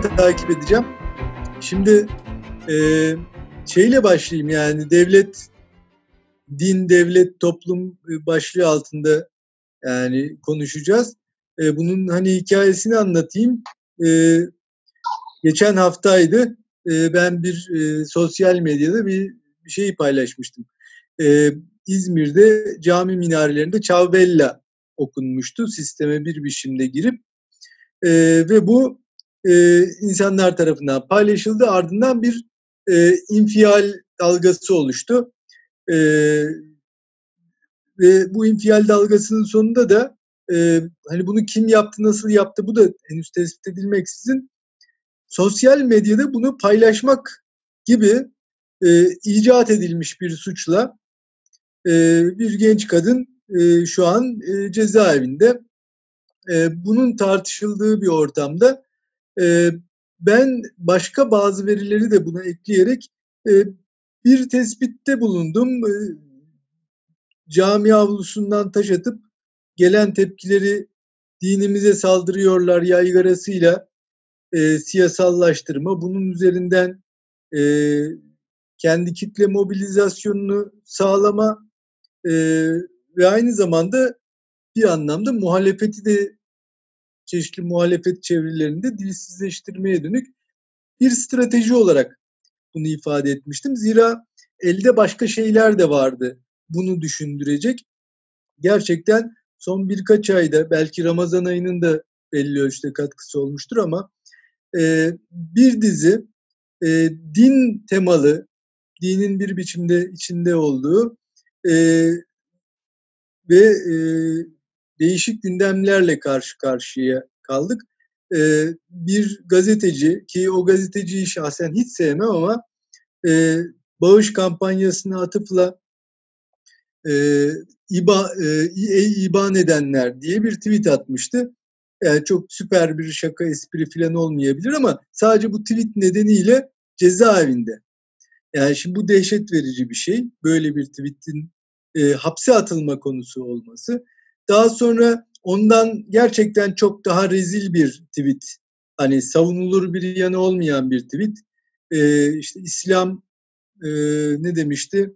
gelişmeleri takip edeceğim. Şimdi şeyle başlayayım, yani devlet, din, devlet, toplum başlığı altında yani konuşacağız. Bunun hani hikayesini anlatayım. Geçen haftaydı. Ben bir sosyal medyada bir şey paylaşmıştım. İzmir'de cami minarelerinde Çavbella okunmuştu. Sisteme bir biçimde girip ve bu insanlar tarafından paylaşıldı. Ardından bir infial dalgası oluştu. E, Ve bu infial dalgasının sonunda da hani bunu kim yaptı, nasıl yaptı, bu da henüz tespit edilmeksizin sosyal medyada bunu paylaşmak gibi icat edilmiş bir suçla bir genç kadın şu an cezaevinde. Bunun tartışıldığı bir ortamda ben başka bazı verileri de buna ekleyerek bir tespitte bulundum. Cami avlusundan taş atıp gelen tepkileri dinimize saldırıyorlar yaygarasıyla siyasallaştırma, bunun üzerinden kendi kitle mobilizasyonunu sağlama ve aynı zamanda bir anlamda muhalefeti de çeşitli muhalefet çevrelerinde dilsizleştirmeye dönük bir strateji olarak bunu ifade etmiştim. Zira elde başka şeyler de vardı bunu düşündürecek. Gerçekten son birkaç ayda, belki Ramazan ayının da belli ölçüde katkısı olmuştur ama bir dizi din temalı, dinin bir biçimde içinde olduğu ve değişik gündemlerle karşı karşıya kaldık. Bir gazeteci, ki o gazeteciyi şahsen hiç sevmem ama bağış kampanyasına atıfla İban edenler diye bir tweet atmıştı. Yani çok süper bir şaka, espri falan olmayabilir ama sadece bu tweet nedeniyle cezaevinde. Yani şimdi bu dehşet verici bir şey. Böyle bir tweetin hapse atılma konusu olması. Daha sonra ondan gerçekten çok daha rezil bir tweet. Hani savunulur bir yanı olmayan bir tweet. İşte İslam ne demişti?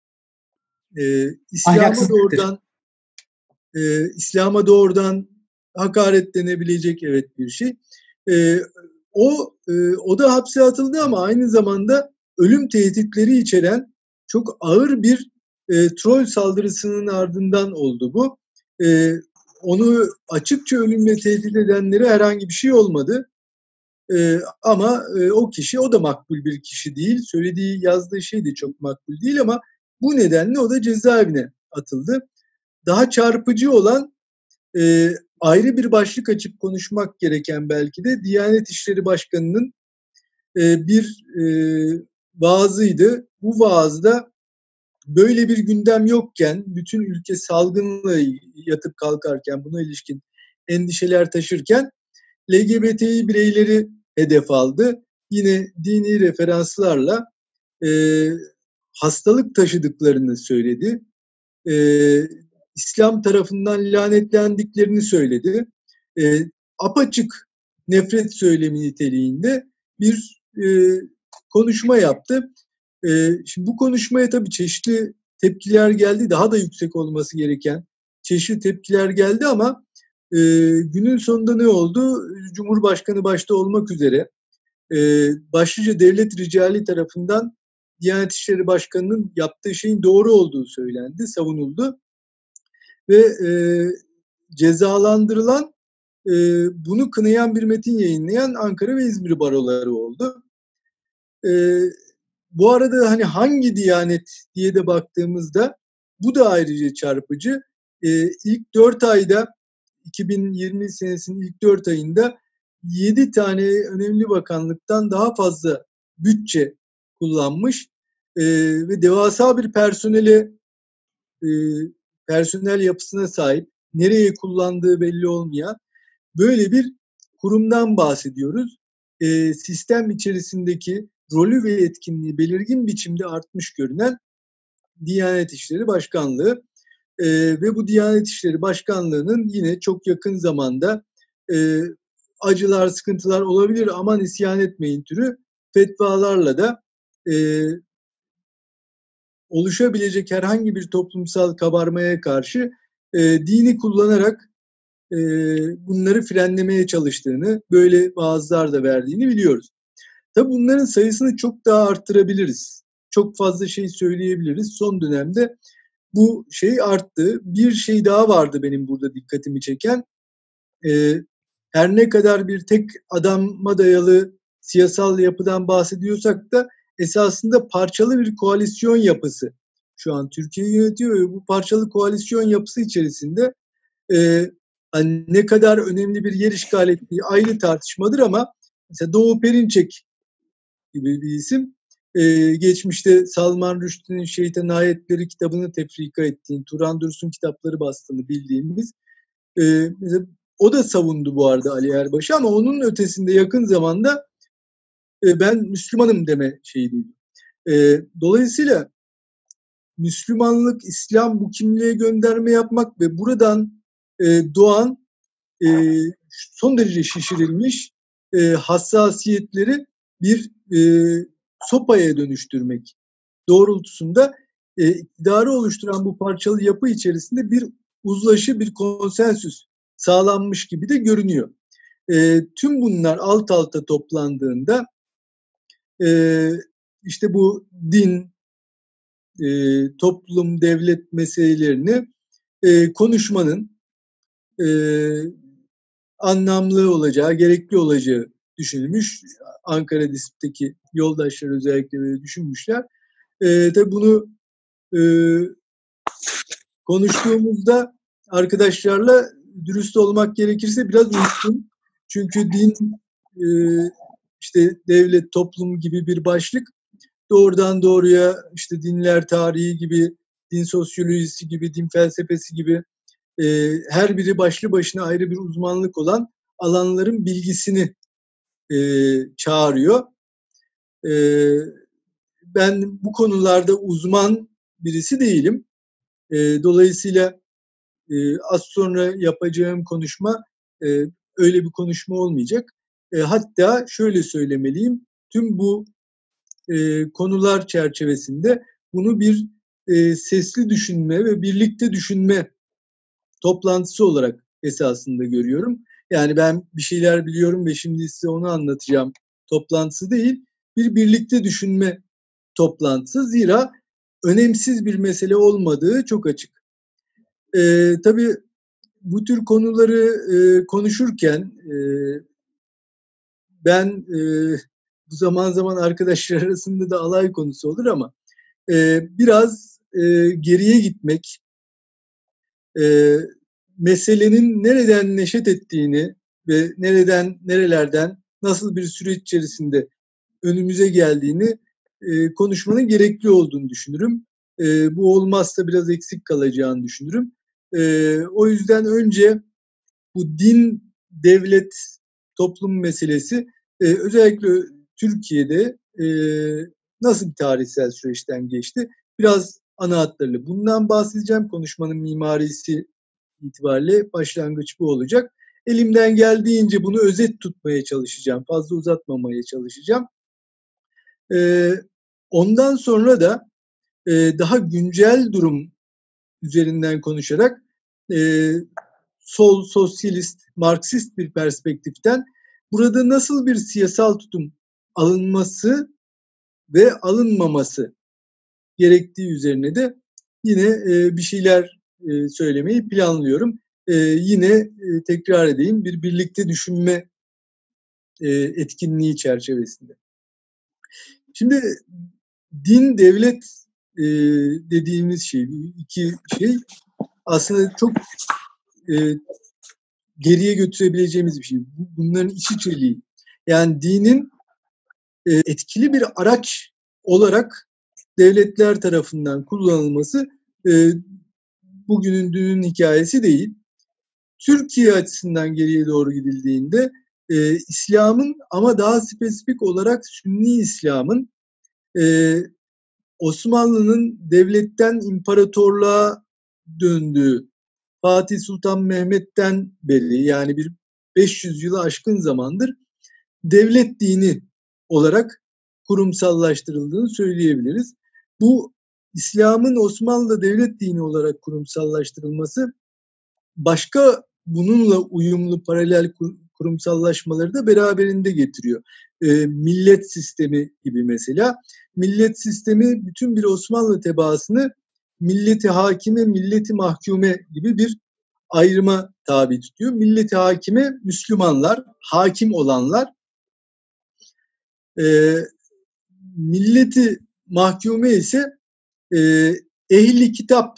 İslam'a doğrudan hakaret denebilecek, evet, bir şey. O da hapse atıldı ama aynı zamanda ölüm tehditleri içeren çok ağır bir troll saldırısının ardından oldu bu. Onu açıkça ölümle tehdit edenlere herhangi bir şey olmadı. Ama o kişi, o da makbul bir kişi değil. Söylediği, yazdığı şey de çok makbul değil ama bu nedenle o da cezaevine atıldı. Daha çarpıcı olan, ayrı bir başlık açıp konuşmak gereken belki de, Diyanet İşleri Başkanı'nın bir vaazıydı. Bu vaazda böyle bir gündem yokken, bütün ülke salgınla yatıp kalkarken, buna ilişkin endişeler taşırken LGBTİ bireyleri hedef aldı. Yine dini referanslarla hastalık taşıdıklarını söyledi. İslam tarafından lanetlendiklerini söyledi. Apaçık nefret söylemi niteliğinde bir konuşma yaptı. Şimdi bu konuşmaya tabii çeşitli tepkiler geldi. Daha da yüksek olması gereken çeşitli tepkiler geldi ama günün sonunda ne oldu? Cumhurbaşkanı başta olmak üzere başlıca devlet ricali tarafından Diyanet İşleri Başkanı'nın yaptığı şeyin doğru olduğu söylendi, savunuldu. Ve cezalandırılan, bunu kınayan bir metin yayınlayan Ankara ve İzmir baroları oldu. Bu arada hani hangi Diyanet diye de baktığımızda bu da ayrıca çarpıcı. İlk 4 ayda, 2020 senesinin ilk 4 ayında 7 tane önemli bakanlıktan daha fazla bütçe kullanmış ve devasa bir personel yapısına sahip, nereye kullandığı belli olmayan böyle bir kurumdan bahsediyoruz. Sistem içerisindeki rolü ve etkinliği belirgin biçimde artmış görünen Diyanet İşleri Başkanlığı ve bu Diyanet İşleri Başkanlığı'nın yine çok yakın zamanda acılar, sıkıntılar olabilir, aman isyan etmeyin türü fetvalarla da oluşabilecek herhangi bir toplumsal kabarmaya karşı dini kullanarak bunları frenlemeye çalıştığını, böyle vaazlar da verdiğini biliyoruz. Tabii bunların sayısını çok daha arttırabiliriz. Çok fazla şey söyleyebiliriz. Son dönemde bu şey arttı. Bir şey daha vardı benim burada dikkatimi çeken. Her ne kadar bir tek adama dayalı siyasal yapıdan bahsediyorsak da esasında parçalı bir koalisyon yapısı şu an Türkiye'yi yönetiyor ve bu parçalı koalisyon yapısı içerisinde hani ne kadar önemli bir yer işgal ettiği ayrı tartışmadır ama mesela Doğu Perinçek gibi bir isim geçmişte Salman Rushdie'nin Şeytan Ayetleri kitabını tefrika ettiğini, Turan Dursun kitapları bastığını bildiğimiz mesela o da savundu bu arada Ali Erbaş'ı ama onun ötesinde yakın zamanda ben Müslümanım deme şeyi duydum. Dolayısıyla Müslümanlık, İslam bu kimliğe gönderme yapmak ve buradan doğan son derece şişirilmiş hassasiyetleri bir sopaya dönüştürmek doğrultusunda iktidarı oluşturan bu parçalı yapı içerisinde bir uzlaşı, bir konsensüs sağlanmış gibi de görünüyor. Tüm bunlar alt alta toplandığında işte bu din, toplum, devlet meselelerini konuşmanın anlamlı olacağı, gerekli olacağı düşünülmüş. Ankara DİSP'teki yoldaşlar özellikle böyle düşünmüşler. Tabii bunu konuştuğumuzda arkadaşlarla dürüst olmak gerekirse biraz unuttum. Çünkü din, işte devlet, toplum gibi bir başlık doğrudan doğruya işte dinler tarihi gibi, din sosyolojisi gibi, din felsefesi gibi her biri başlı başına ayrı bir uzmanlık olan alanların bilgisini çağırıyor. Ben bu konularda uzman birisi değilim. Dolayısıyla az sonra yapacağım konuşma öyle bir konuşma olmayacak. Hatta şöyle söylemeliyim, tüm bu konular çerçevesinde bunu bir sesli düşünme ve birlikte düşünme toplantısı olarak esasında görüyorum. Yani ben bir şeyler biliyorum ve şimdi size onu anlatacağım toplantısı değil, bir birlikte düşünme toplantısı. Zira önemsiz bir mesele olmadığı çok açık. Tabii bu tür konuları konuşurken ben bu zaman zaman arkadaşlar arasında da alay konusu olur ama biraz geriye gitmek, meselenin nereden neşet ettiğini ve nerelerden nasıl bir süreç içerisinde önümüze geldiğini konuşmanın gerekli olduğunu düşünürüm. Bu olmazsa biraz eksik kalacağını düşünürüm. O yüzden önce bu din, devlet, toplum meselesi özellikle Türkiye'de nasıl bir tarihsel süreçten geçti? Biraz ana hatlarıyla bundan bahsedeceğim. Konuşmanın mimarisi itibariyle başlangıç bu olacak. Elimden geldiğince bunu özet tutmaya çalışacağım. Fazla uzatmamaya çalışacağım. Ondan sonra da daha güncel durum üzerinden konuşarak sol, sosyalist, Marksist bir perspektiften burada nasıl bir siyasal tutum alınması ve alınmaması gerektiği üzerine de yine bir şeyler söylemeyi planlıyorum. Yine tekrar edeyim, bir birlikte düşünme etkinliği çerçevesinde. Şimdi din, devlet dediğimiz şey, iki şey aslında çok geriye götürebileceğimiz bir şey. Bunların iç içeliği. Yani dinin etkili bir araç olarak devletler tarafından kullanılması bugünün dünün hikayesi değil. Türkiye açısından geriye doğru gidildiğinde İslam'ın ama daha spesifik olarak Sünni İslam'ın Osmanlı'nın devletten imparatorluğa döndüğü, Fatih Sultan Mehmet'ten beri yani bir 500 yılı aşkın zamandır devlet dini olarak kurumsallaştırıldığını söyleyebiliriz. Bu İslam'ın Osmanlı'da devlet dini olarak kurumsallaştırılması başka bununla uyumlu paralel kurumsallaşmaları da beraberinde getiriyor. Millet sistemi gibi mesela. Millet sistemi bütün bir Osmanlı tebaasını milleti hakime, milleti mahkume gibi bir ayrıma tabi tutuyor. Milleti hakime Müslümanlar, hakim olanlar, milleti mahkume ise ehli kitap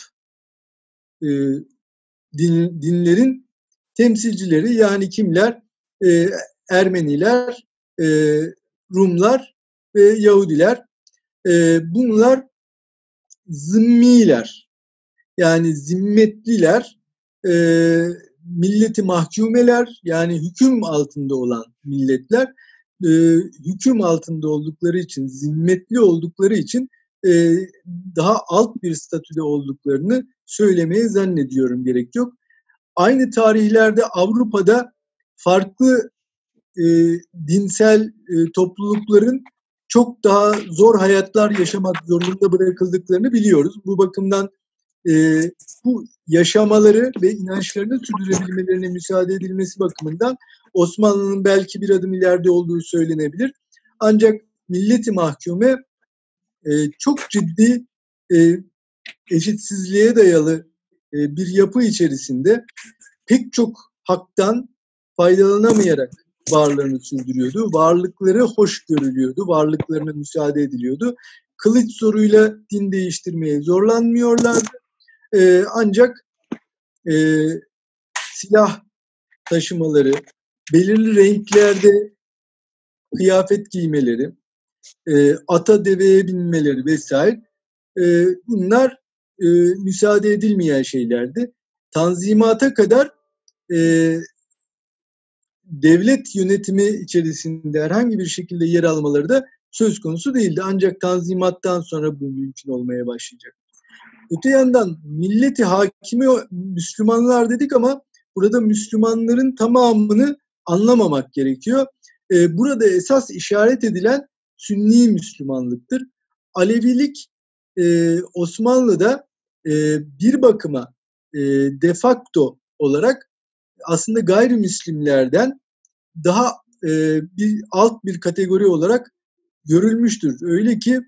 dinlerin temsilcileri, yani kimler? Ermeniler, Rumlar ve Yahudiler. Bunlar zimmiler, yani zimmetliler, milleti mahkumeler, yani hüküm altında olan milletler, hüküm altında oldukları için, zimmetli oldukları için daha alt bir statüde olduklarını söylemeye zannediyorum gerek yok. Aynı tarihlerde Avrupa'da farklı dinsel toplulukların çok daha zor hayatlar yaşamak zorunda bırakıldıklarını biliyoruz. Bu bakımdan bu yaşamaları ve inançlarını sürdürebilmelerine müsaade edilmesi bakımından Osmanlı'nın belki bir adım ileride olduğu söylenebilir. Ancak milleti mahkume çok ciddi eşitsizliğe dayalı bir yapı içerisinde pek çok haktan faydalanamayarak varlığını sürdürüyordu. Varlıkları hoş görülüyordu, varlıklarına müsaade ediliyordu. Kılıç zoruyla din değiştirmeye zorlanmıyorlardı. Ancak silah taşımaları, belirli renklerde kıyafet giymeleri, ata deveye binmeleri vesaire, bunlar müsaade edilmeyen şeylerdi. Tanzimata kadar devlet yönetimi içerisinde herhangi bir şekilde yer almaları da söz konusu değildi. Ancak Tanzimat'tan sonra bu mümkün olmaya başlayacak. Öte yandan milleti hakimi Müslümanlar dedik ama burada Müslümanların tamamını anlamamak gerekiyor. Burada esas işaret edilen Sünni Müslümanlıktır. Alevilik Osmanlı'da bir bakıma de facto olarak aslında gayrimüslimlerden daha bir alt bir kategori olarak görülmüştür. Öyle ki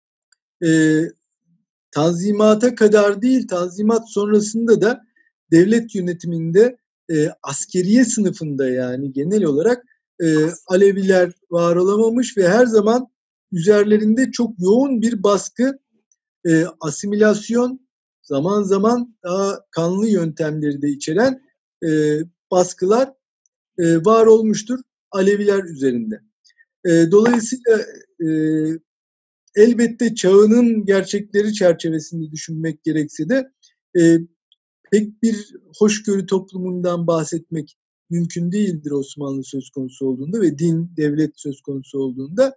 Tanzimata kadar değil, Tanzimat sonrasında da devlet yönetiminde askeriye sınıfında, yani genel olarak Aleviler var olamamış ve her zaman üzerlerinde çok yoğun bir baskı, asimilasyon, zaman zaman daha kanlı yöntemleri de içeren baskılar var olmuştur Aleviler üzerinde. Dolayısıyla elbette çağının gerçekleri çerçevesinde düşünmek gerekse de pek bir hoşgörü toplumundan bahsetmek mümkün değildir Osmanlı söz konusu olduğunda ve din, devlet söz konusu olduğunda.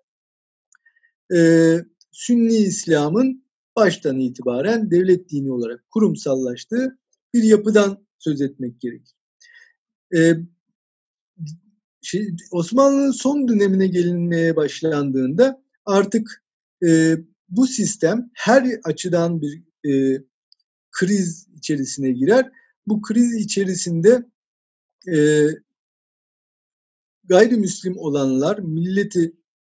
Sünni İslam'ın baştan itibaren devlet dini olarak kurumsallaştığı bir yapıdan söz etmek gerekir. Osmanlı'nın son dönemine gelinmeye başlandığında artık bu sistem her açıdan bir kriz içerisine girer. Bu kriz içerisinde gayrimüslim olanlar milleti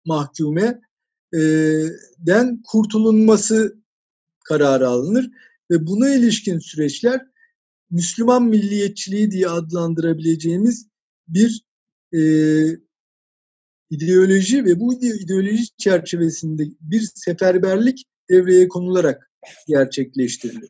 mahkumeden kurtulunması kararı alınır ve buna ilişkin süreçler Müslüman milliyetçiliği diye adlandırabileceğimiz bir ideoloji ve bu ideoloji çerçevesinde bir seferberlik devreye konularak gerçekleştirilir.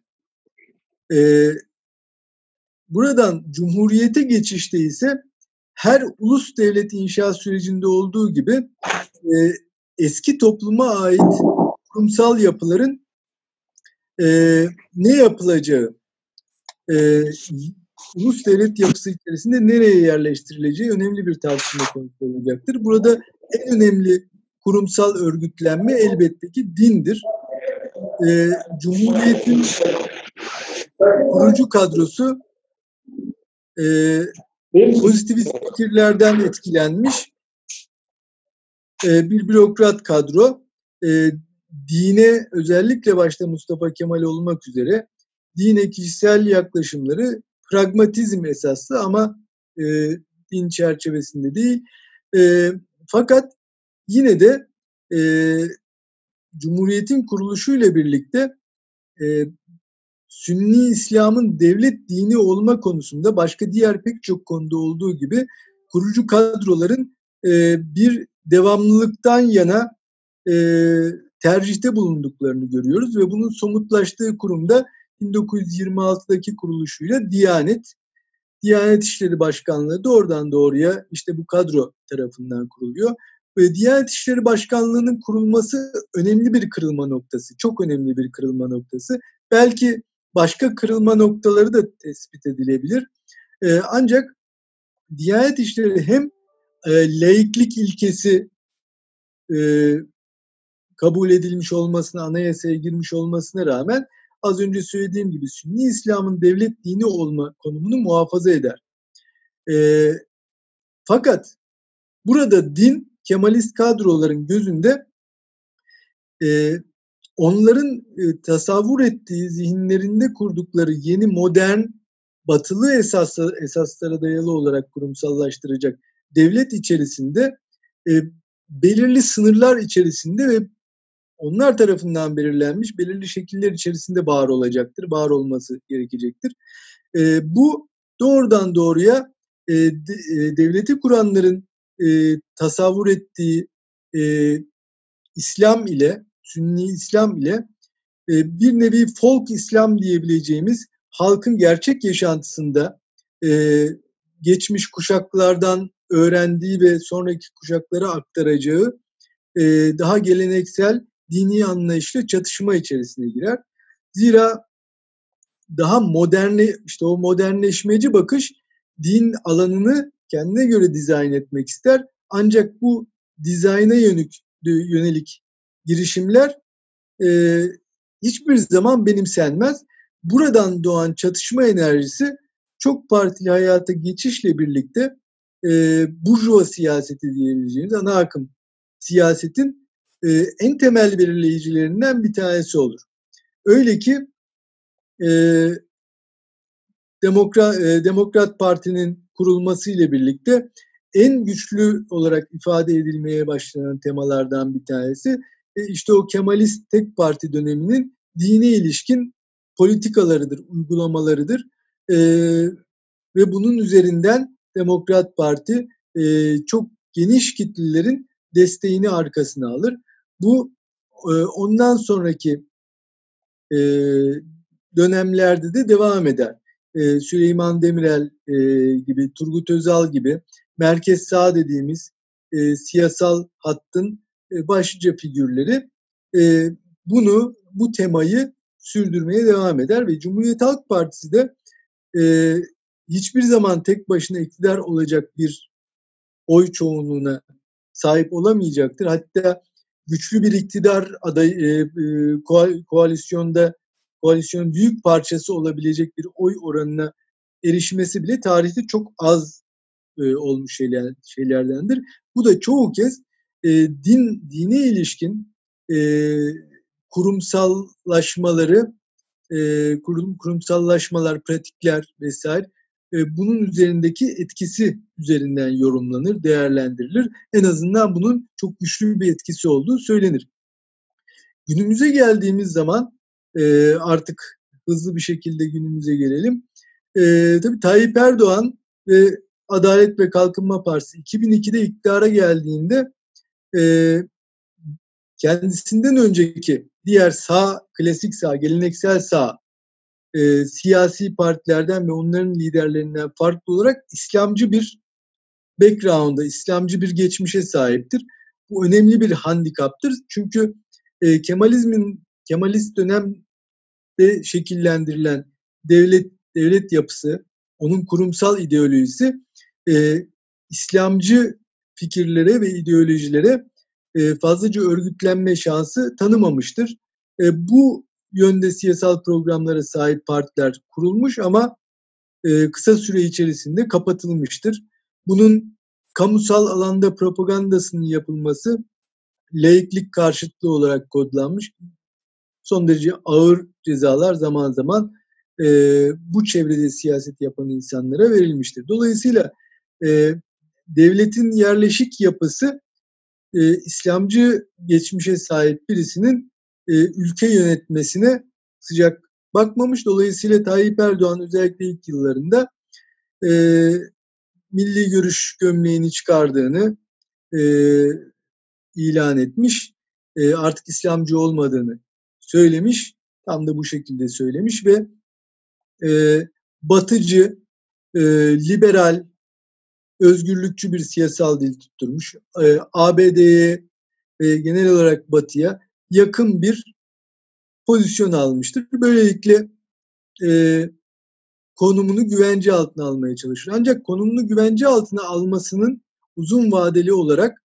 Buradan Cumhuriyete geçişte ise her ulus devlet inşa sürecinde olduğu gibi eski topluma ait kurumsal yapıların ne yapılacağı, ulus devlet yapısı içerisinde nereye yerleştirileceği önemli bir tartışma konusu olacaktır. Burada en önemli kurumsal örgütlenme elbette ki dindir. Cumhuriyetin kurucu kadrosu pozitivist fikirlerden etkilenmiş bir bürokrat kadro. Dine, özellikle başta Mustafa Kemal olmak üzere, dine kişisel yaklaşımları pragmatizm esaslı ama din çerçevesinde değil. Fakat yine de Cumhuriyet'in kuruluşuyla birlikte Sünni İslam'ın devlet dini olma konusunda başka diğer pek çok konuda olduğu gibi kurucu kadroların bir devamlılıktan yana tercihte bulunduklarını görüyoruz ve bunun somutlaştığı kurumda 1926'daki kuruluşuyla Diyanet. Diyanet İşleri Başkanlığı doğrudan doğruya işte bu kadro tarafından kuruluyor. Ve Diyanet İşleri Başkanlığı'nın kurulması önemli bir kırılma noktası, çok önemli bir kırılma noktası. Belki başka kırılma noktaları da tespit edilebilir. Ancak Diyanet İşleri hem laiklik ilkesi kabul edilmiş olmasına, anayasaya girmiş olmasına rağmen az önce söylediğim gibi Sünni İslam'ın devlet dini olma konumunu muhafaza eder. Fakat burada din Kemalist kadroların gözünde onların tasavvur ettiği, zihinlerinde kurdukları yeni modern, batılı esaslara dayalı olarak kurumsallaştıracak devlet içerisinde belirli sınırlar içerisinde ve onlar tarafından belirlenmiş belirli şekiller içerisinde var olacaktır, var olması gerekecektir. Bu doğrudan doğruya devleti kuranların tasavvur ettiği İslam ile, Sünni İslam ile bir nevi folk İslam diyebileceğimiz halkın gerçek yaşantısında geçmiş kuşaklardan öğrendiği ve sonraki kuşaklara aktaracağı daha geleneksel dini anlayışla çatışma içerisine girer. Zira daha işte o modernleşmeci bakış din alanını kendine göre dizayn etmek ister. Ancak bu dizayna yönelik girişimler hiçbir zaman benimsenmez. Buradan doğan çatışma enerjisi çok partili hayata geçişle birlikte burjuva siyaseti diyebileceğimiz ana akım siyasetin en temel belirleyicilerinden bir tanesi olur. Öyle ki Demokrat Parti'nin kurulmasıyla birlikte en güçlü olarak ifade edilmeye başlanan temalardan bir tanesi işte o Kemalist tek parti döneminin dine ilişkin politikalarıdır, uygulamalarıdır. Ve bunun üzerinden Demokrat Parti çok geniş kitlelerin desteğini arkasına alır. Bu ondan sonraki dönemlerde de devam eder. Süleyman Demirel gibi, Turgut Özal gibi merkez sağ dediğimiz siyasal hattın başlıca figürleri bu temayı sürdürmeye devam eder ve Cumhuriyet Halk Partisi de hiçbir zaman tek başına iktidar olacak bir oy çoğunluğuna sahip olamayacaktır. Hatta güçlü bir iktidar adayı koalisyonun büyük parçası olabilecek bir oy oranına erişmesi bile tarihte çok az olmuş şeylerdendir. Bu da çoğu kez dine ilişkin kurumsallaşmalar, pratikler vesaire bunun üzerindeki etkisi üzerinden yorumlanır, değerlendirilir. En azından bunun çok güçlü bir etkisi olduğu söylenir. Günümüze geldiğimiz zaman artık hızlı bir şekilde günümüze gelelim. Tabii Tayyip Erdoğan ve Adalet ve Kalkınma Partisi 2002'de iktidara geldiğinde kendisinden önceki diğer klasik sağ, geleneksel sağ siyasi partilerden ve onların liderlerinden farklı olarak İslamcı bir background'a, İslamcı bir geçmişe sahiptir. Bu önemli bir handikaptır. Çünkü Kemalist dönemde şekillendirilen devlet yapısı, onun kurumsal ideolojisi İslamcı fikirlere ve ideolojilere fazlaca örgütlenme şansı tanımamıştır. Bu yönde siyasal programlara sahip partiler kurulmuş ama kısa süre içerisinde kapatılmıştır. Bunun kamusal alanda propagandasının yapılması laiklik karşıtlığı olarak kodlanmış. Son derece ağır cezalar zaman zaman bu çevrede siyaset yapan insanlara verilmiştir. Dolayısıyla devletin yerleşik yapısı İslamcı geçmişe sahip birisinin ülke yönetmesine sıcak bakmamış. Dolayısıyla Tayyip Erdoğan özellikle ilk yıllarında milli görüş gömleğini çıkardığını ilan etmiş. Artık İslamcı olmadığını söylemiş. Tam da bu şekilde söylemiş ve batıcı, liberal, özgürlükçü bir siyasal dil tutturmuş. ABD'ye ve genel olarak Batı'ya yakın bir pozisyon almıştır. Böylelikle konumunu güvence altına almaya çalışır. Ancak konumunu güvence altına almasının uzun vadeli olarak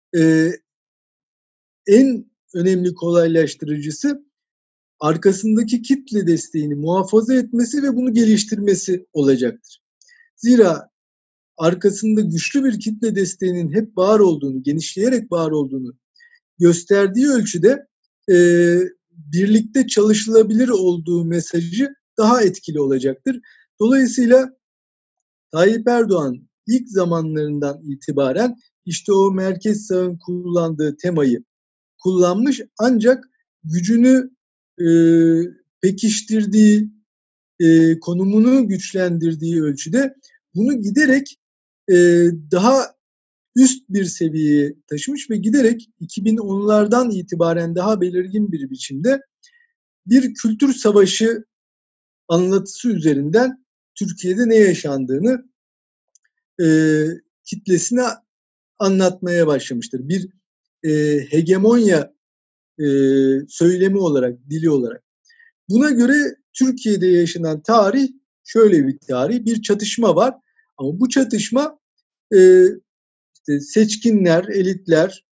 en önemli kolaylaştırıcısı arkasındaki kitle desteğini muhafaza etmesi ve bunu geliştirmesi olacaktır. Zira arkasında güçlü bir kitle desteğinin hep var olduğunu, genişleyerek var olduğunu gösterdiği ölçüde birlikte çalışılabilir olduğu mesajı daha etkili olacaktır. Dolayısıyla Tayyip Erdoğan ilk zamanlarından itibaren işte o merkez sağın kullandığı temayı kullanmış, ancak gücünü pekiştirdiği, konumunu güçlendirdiği ölçüde bunu giderek daha üst bir seviyeye taşımış ve giderek 2010'lardan itibaren daha belirgin bir biçimde bir kültür savaşı anlatısı üzerinden Türkiye'de ne yaşandığını kitlesine anlatmaya başlamıştır. Bir hegemonya söylemi olarak, dili olarak. Buna göre Türkiye'de yaşanan tarih şöyle bir tarih. Bir çatışma var ama bu çatışma işte seçkinler, elitler,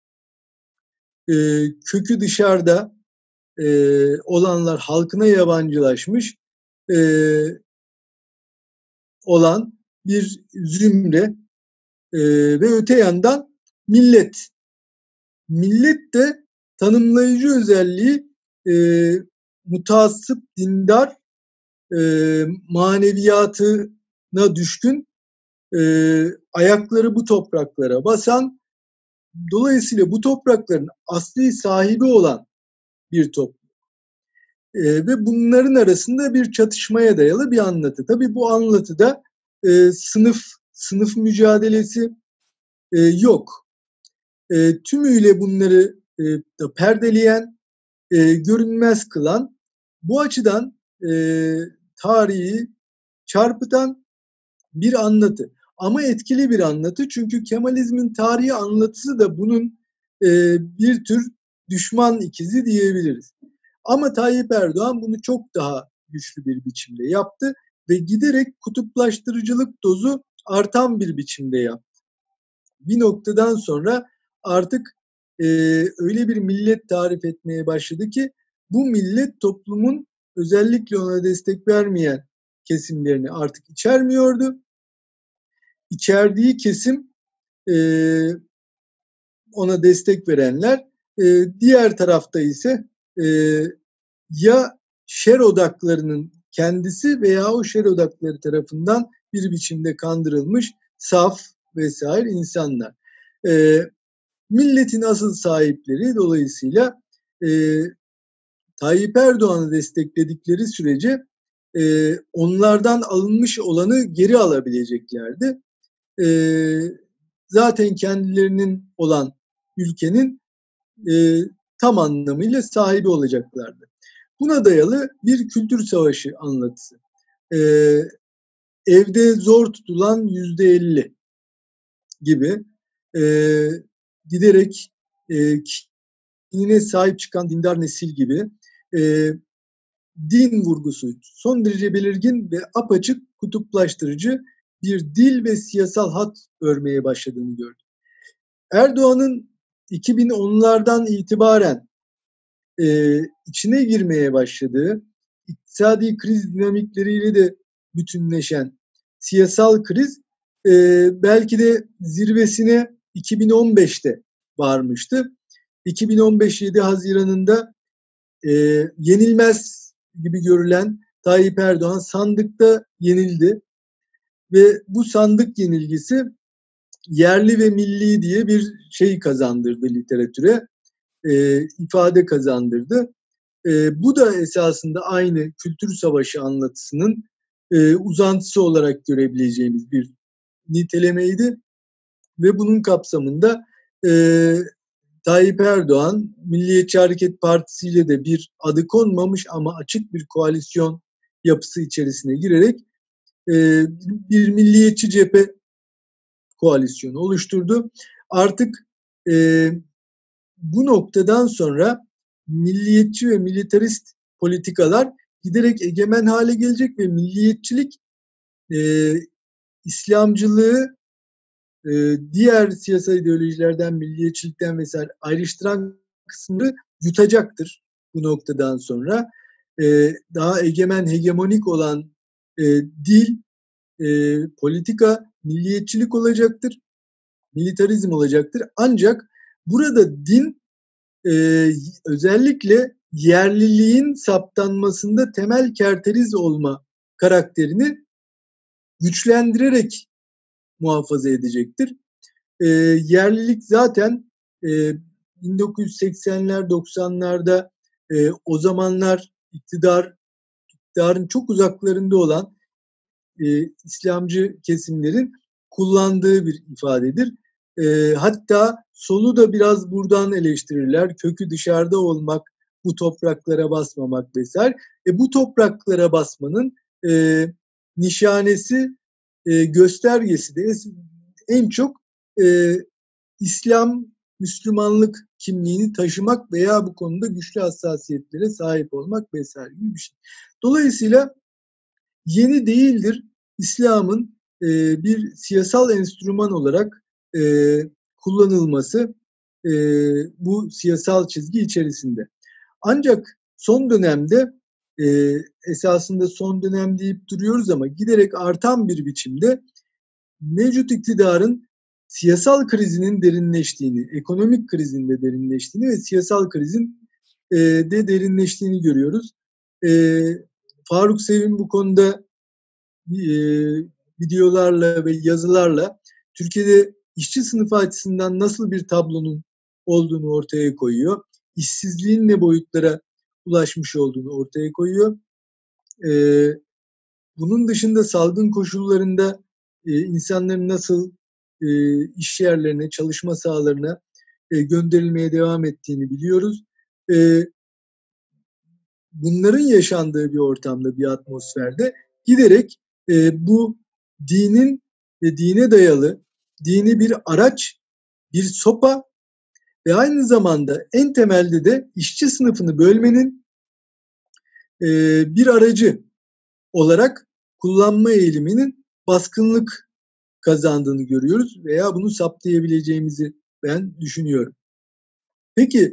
kökü dışarıda olanlar, halkına yabancılaşmış olan bir zümre ve öte yandan millet. Millet de tanımlayıcı özelliği mutaassıp, dindar, maneviyatına düşkün, ayakları bu topraklara basan, dolayısıyla bu toprakların asli sahibi olan bir toplum. Ve bunların arasında bir çatışmaya dayalı bir anlatı. Tabii bu anlatıda sınıf mücadelesi yok. Tümüyle bunları perdeleyen, görünmez kılan, bu açıdan tarihi çarpıtan bir anlatı. Ama etkili bir anlatı, çünkü Kemalizmin tarihi anlatısı da bunun bir tür düşman ikizi diyebiliriz. Ama Tayyip Erdoğan bunu çok daha güçlü bir biçimde yaptı ve giderek kutuplaştırıcılık dozu artan bir biçimde yaptı. Bir noktadan sonra artık öyle bir millet tarif etmeye başladı ki bu millet toplumun özellikle ona destek vermeyen kesimlerini artık içermiyordu. İçerdiği kesim ona destek verenler, diğer tarafta ise ya şer odaklarının kendisi veya o şer odakları tarafından bir biçimde kandırılmış saf vesaire insanlar. Milletin asıl sahipleri dolayısıyla Tayyip Erdoğan'ı destekledikleri sürece onlardan alınmış olanı geri alabileceklerdi. Zaten kendilerinin olan ülkenin tam anlamıyla sahibi olacaklardı. Buna dayalı bir kültür savaşı anlatısı. Evde zor tutulan %50 gibi giderek dinine sahip çıkan dindar nesil gibi din vurgusu son derece belirgin ve apaçık kutuplaştırıcı bir dil ve siyasal hat örmeye başladığını gördük. Erdoğan'ın 2010'lardan itibaren içine girmeye başladığı, iktisadi kriz dinamikleriyle de bütünleşen siyasal kriz belki de zirvesine 2015'te varmıştı. 2015 7 Haziran'ında yenilmez gibi görülen Tayyip Erdoğan sandıkta yenildi ve bu sandık yenilgisi yerli ve milli diye bir şey kazandırdı literatüre, ifade kazandırdı. Bu da esasında aynı kültür savaşı anlatısının uzantısı olarak görebileceğimiz bir nitelemeydi ve bunun kapsamında Tayyip Erdoğan, Milliyetçi Hareket Partisi ile de bir adı konmamış ama açık bir koalisyon yapısı içerisine girerek bir milliyetçi cephe koalisyonu oluşturdu. Artık bu noktadan sonra milliyetçi ve militarist politikalar giderek egemen hale gelecek ve milliyetçilik İslamcılığı diğer siyasal ideolojilerden, milliyetçilikten vesaire ayrıştıran kısmını yutacaktır bu noktadan sonra. Daha egemen, hegemonik olan dil, politika, milliyetçilik olacaktır, militarizm olacaktır. Ancak burada din özellikle yerliliğin saptanmasında temel kerteriz olma karakterini güçlendirerek muhafaza edecektir. Yerlilik zaten 1980'ler 90'larda o zamanlar iktidarın çok uzaklarında olan İslamcı kesimlerin kullandığı bir ifadedir. Hatta solu da biraz buradan eleştirirler. Kökü dışarıda olmak, bu topraklara basmamak vesaire. Bu topraklara basmanın nişanesi, göstergesi de en çok İslam, Müslümanlık kimliğini taşımak veya bu konuda güçlü hassasiyetlere sahip olmak vesaire gibi bir şey. Dolayısıyla yeni değildir İslam'ın bir siyasal enstrüman olarak kullanılması bu siyasal çizgi içerisinde. Ancak son dönemde esasında son dönem deyip duruyoruz ama giderek artan bir biçimde mevcut iktidarın siyasal krizinin derinleştiğini, ekonomik krizin de derinleştiğini ve siyasal krizin de derinleştiğini görüyoruz. Faruk Sevim bu konuda videolarla ve yazılarla Türkiye'de işçi sınıfı açısından nasıl bir tablonun olduğunu ortaya koyuyor. İşsizliğin ne boyutlara ulaşmış olduğunu ortaya koyuyor. Bunun dışında salgın koşullarında insanların nasıl iş yerlerine, çalışma sahalarına gönderilmeye devam ettiğini biliyoruz. Bunların yaşandığı bir ortamda, bir atmosferde giderek bu dinin ve dine dayalı, dini bir araç, bir sopa ve aynı zamanda en temelde de işçi sınıfını bölmenin bir aracı olarak kullanma eğiliminin baskınlık kazandığını görüyoruz veya bunu saptayabileceğimizi ben düşünüyorum. Peki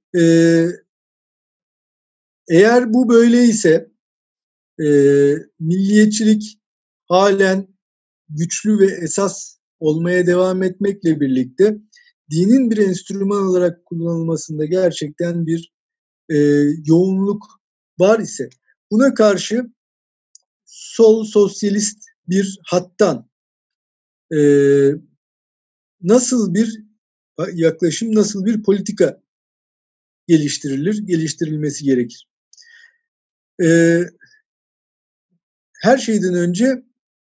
eğer bu böyleyse milliyetçilik halen güçlü ve esas olmaya devam etmekle birlikte dinin bir enstrüman olarak kullanılmasında gerçekten bir yoğunluk var ise buna karşı sol sosyalist bir hattan nasıl bir yaklaşım, nasıl bir politika geliştirilmesi gerekir? Her şeyden önce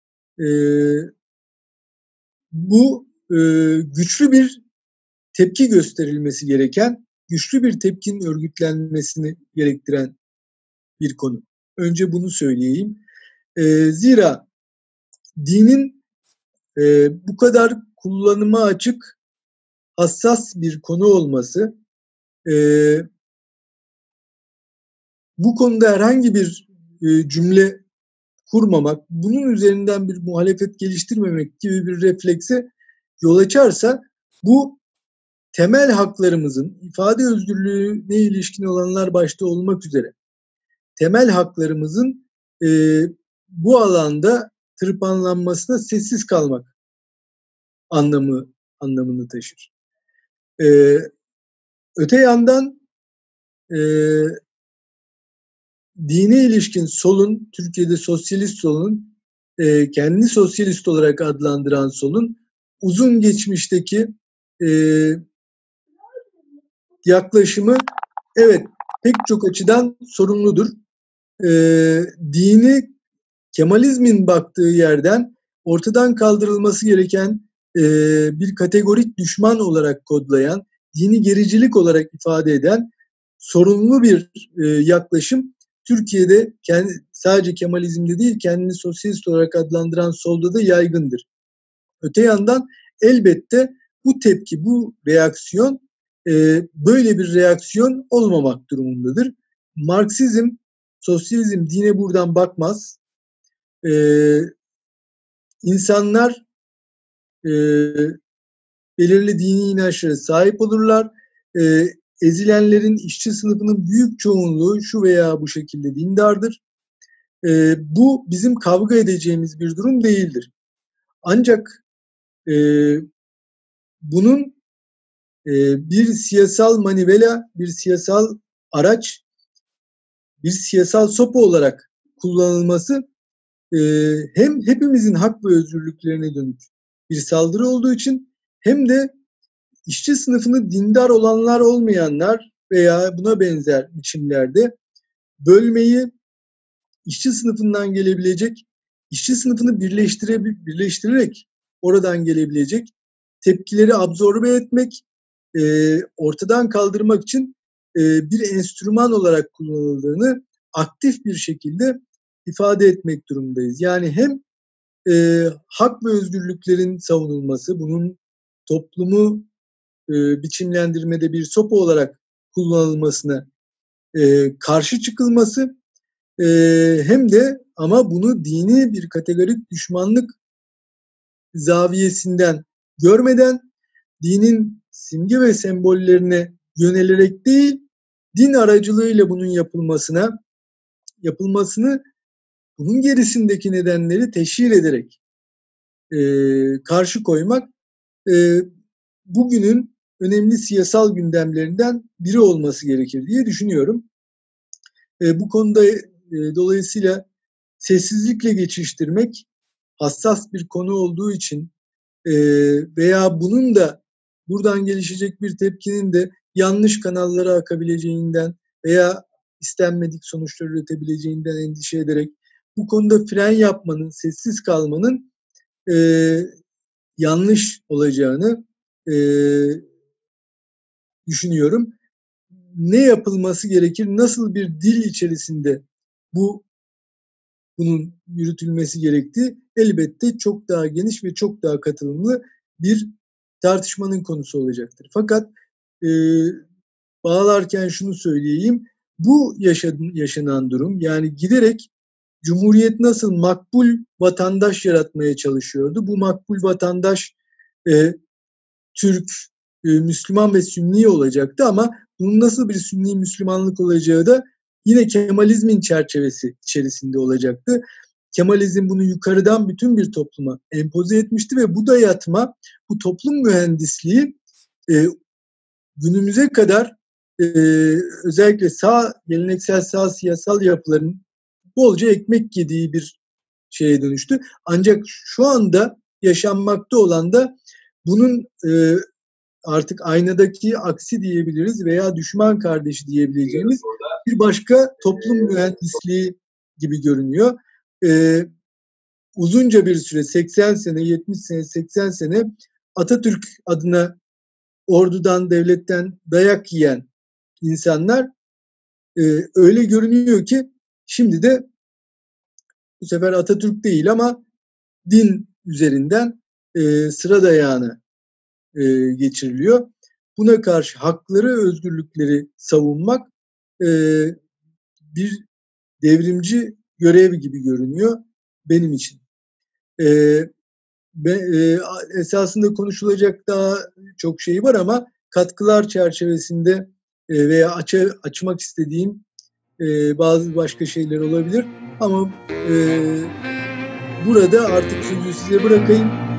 bu güçlü bir tepki gösterilmesi gereken, güçlü bir tepkinin örgütlenmesini gerektiren bir konu. Önce bunu söyleyeyim. Zira dinin bu kadar kullanıma açık, hassas bir konu olması, bu konuda herhangi bir cümle kurmamak, bunun üzerinden bir muhalefet geliştirmemek gibi bir reflekse yol açarsa bu temel haklarımızın, ifade özgürlüğüne ilişkin olanlar başta olmak üzere temel haklarımızın bu alanda tırpanlanmasına sessiz kalmak anlamını taşır. Öte yandan dine ilişkin solun, Türkiye'de sosyalist solun, kendini sosyalist olarak adlandıran solun uzun geçmişteki yaklaşımı evet pek çok açıdan sorumludur. Dini Kemalizmin baktığı yerden ortadan kaldırılması gereken bir kategorik düşman olarak kodlayan, dini gericilik olarak ifade eden sorunlu bir yaklaşım Türkiye'de sadece Kemalizm'de değil kendini sosyalist olarak adlandıran solda da yaygındır. Öte yandan elbette bu tepki, bu reaksiyon böyle bir reaksiyon olmamak durumundadır. Marksizm, sosyalizm dine buradan bakmaz. İnsanlar belirli dini inançlara sahip olurlar. Ezilenlerin, işçi sınıfının büyük çoğunluğu şu veya bu şekilde dindardır. Bu bizim kavga edeceğimiz bir durum değildir. Ancak bunun bir siyasal manivela, bir siyasal araç, bir siyasal sopa olarak kullanılması hem hepimizin hak ve özgürlüklerine dönük bir saldırı olduğu için hem de işçi sınıfını dindar olanlar olmayanlar veya buna benzer biçimlerde bölmeyi, işçi sınıfından gelebilecek, işçi sınıfını birleştirerek oradan gelebilecek tepkileri absorbe etmek, ortadan kaldırmak için bir enstrüman olarak kullanıldığını aktif bir şekilde ifade etmek durumundayız. Yani hem hak ve özgürlüklerin savunulması, bunun toplumu biçimlendirmede bir sopa olarak kullanılmasına karşı çıkılması hem de ama bunu dini bir kategorik düşmanlık zaviyesinden görmeden dinin simge ve sembollerine yönelerek değil, din aracılığıyla bunun yapılmasını bunun gerisindeki nedenleri teşhir ederek karşı koymak bugünün önemli siyasal gündemlerinden biri olması gerekir diye düşünüyorum. Bu konuda dolayısıyla sessizlikle geçiştirmek hassas bir konu olduğu için veya bunun da buradan gelişecek bir tepkinin de yanlış kanallara akabileceğinden veya istenmedik sonuçlar üretebileceğinden endişe ederek bu konuda fren yapmanın, sessiz kalmanın yanlış olacağını düşünüyorum. Ne yapılması gerekir? Nasıl bir dil içerisinde bunun yürütülmesi gerektiği elbette çok daha geniş ve çok daha katılımlı bir tartışmanın konusu olacaktır. Fakat bağlarken şunu söyleyeyim. Bu yaşanan durum yani giderek Cumhuriyet nasıl makbul vatandaş yaratmaya çalışıyordu? Bu makbul vatandaş Türk, Müslüman ve Sünni olacaktı ama bunun nasıl bir Sünni Müslümanlık olacağı da yine Kemalizmin çerçevesi içerisinde olacaktı. Kemalizm bunu yukarıdan bütün bir topluma empoze etmişti ve bu dayatma, bu toplum mühendisliği günümüze kadar özellikle geleneksel sağ siyasal yapıların bolca ekmek yediği bir şeye dönüştü. Ancak şu anda yaşanmakta olan da bunun artık aynadaki aksi diyebiliriz veya düşman kardeşi diyebileceğimiz bir başka toplum mühendisliği gibi görünüyor. Uzunca bir süre 80 sene, 70 sene, 80 sene Atatürk adına ordudan, devletten dayak yiyen insanlar öyle görünüyor ki şimdi de bu sefer Atatürk değil ama din üzerinden sıra dayağını geçiriliyor. Buna karşı hakları, özgürlükleri savunmak bir devrimci görev gibi görünüyor benim için. Esasında konuşulacak daha çok şey var ama katkılar çerçevesinde veya açmak istediğim bazı başka şeyler olabilir ama burada artık sözü size bırakayım.